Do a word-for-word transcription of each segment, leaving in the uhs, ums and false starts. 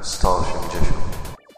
sto osiemdziesiąt.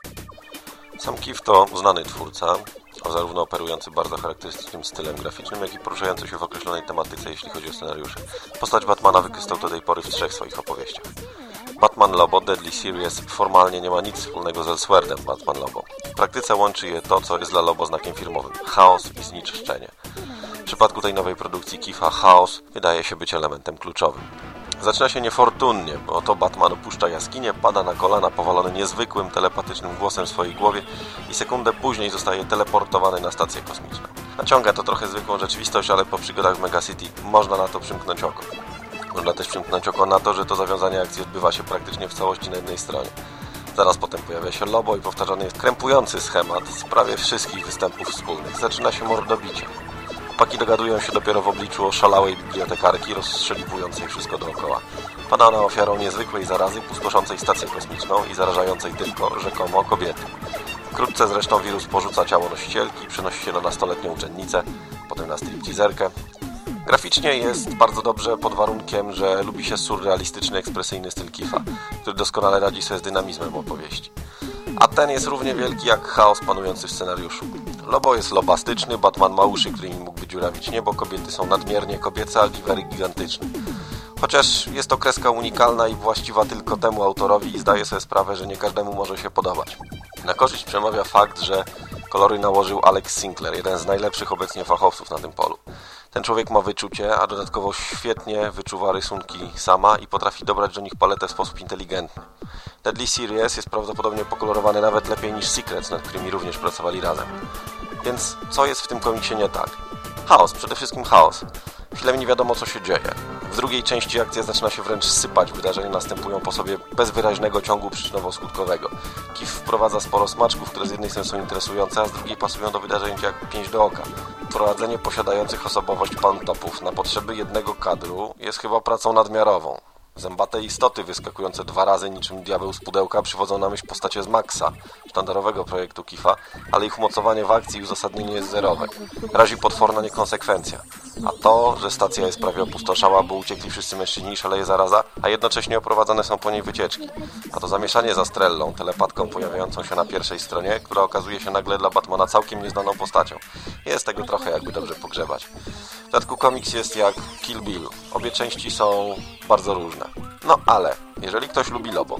Sam Kif to znany twórca, zarówno operujący bardzo charakterystycznym stylem graficznym, jak i poruszający się w określonej tematyce, jeśli chodzi o scenariusze. Postać Batmana wykorzystał do tej pory w trzech swoich opowieściach. Batman Lobo Deadly Series formalnie nie ma nic wspólnego z Elseworldem Batman Lobo. W praktyce łączy je to, co jest dla Lobo znakiem firmowym – chaos i zniszczenie. W przypadku tej nowej produkcji Kifa chaos wydaje się być elementem kluczowym. Zaczyna się niefortunnie, bo oto Batman opuszcza jaskinię, pada na kolana powalony niezwykłym, telepatycznym głosem w swojej głowie i sekundę później zostaje teleportowany na stację kosmiczną. Naciąga to trochę zwykłą rzeczywistość, ale po przygodach w Mega City można na to przymknąć oko. Można też przymknąć oko na to, że to zawiązanie akcji odbywa się praktycznie w całości na jednej stronie. Zaraz potem pojawia się Lobo i powtarzany jest krępujący schemat z prawie wszystkich występów wspólnych. Zaczyna się mordobicie. Chłopaki dogadują się dopiero w obliczu oszalałej bibliotekarki, rozstrzeliwującej wszystko dookoła. Pada ona ofiarą niezwykłej zarazy, pustoszącej stację kosmiczną i zarażającej tylko, rzekomo, kobiety. Wkrótce zresztą wirus porzuca ciało nosicielki, przenosi się na nastoletnią uczennicę, potem na stripteaserkę. Graficznie jest bardzo dobrze pod warunkiem, że lubi się surrealistyczny, ekspresyjny styl Kifa, który doskonale radzi sobie z dynamizmem opowieści. A ten jest równie wielki jak chaos panujący w scenariuszu. Lobo jest lobastyczny, Batman ma uszy, którymi mógłby dziurawić niebo, kobiety są nadmiernie kobiece, a givery gigantyczne. Chociaż jest to kreska unikalna i właściwa tylko temu autorowi i zdaje sobie sprawę, że nie każdemu może się podobać. Na korzyść przemawia fakt, że kolory nałożył Alex Sinclair, jeden z najlepszych obecnie fachowców na tym polu. Ten człowiek ma wyczucie, a dodatkowo świetnie wyczuwa rysunki sama i potrafi dobrać do nich paletę w sposób inteligentny. Deadly Series jest prawdopodobnie pokolorowany nawet lepiej niż Secrets, nad którymi również pracowali razem. Więc co jest w tym komiksie nie tak? Chaos, przede wszystkim chaos. Chwilę nie wiadomo, co się dzieje. W drugiej części akcja zaczyna się wręcz sypać, wydarzenia następują po sobie bez wyraźnego ciągu przyczynowo-skutkowego. Kif wprowadza sporo smaczków, które z jednej strony są interesujące, a z drugiej pasują do wydarzeń jak pięść do oka. Wprowadzenie posiadających osobowość pantopów na potrzeby jednego kadru jest chyba pracą nadmiarową. Zębate istoty wyskakujące dwa razy niczym diabeł z pudełka przywodzą na myśl postacie z Maxa, sztandarowego projektu Kifa, ale ich umocowanie w akcji i uzasadnienie jest zerowe. Razi potworna niekonsekwencja. A to, że stacja jest prawie opustoszała, bo uciekli wszyscy mężczyźni, szaleje zaraza, a jednocześnie oprowadzane są po niej wycieczki. A to zamieszanie z Astrellą, telepatką pojawiającą się na pierwszej stronie, która okazuje się nagle dla Batmana całkiem nieznaną postacią. Jest tego trochę, jakby dobrze pogrzebać. W dodatku komiks jest jak Kill Bill. Obie części są bardzo różne. No ale, jeżeli ktoś lubi Lobo,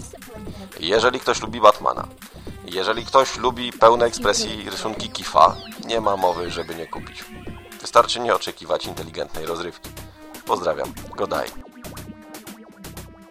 jeżeli ktoś lubi Batmana, jeżeli ktoś lubi pełne ekspresji rysunki Kifa, nie ma mowy, żeby nie kupić. Wystarczy nie oczekiwać inteligentnej rozrywki. Pozdrawiam. Godaj.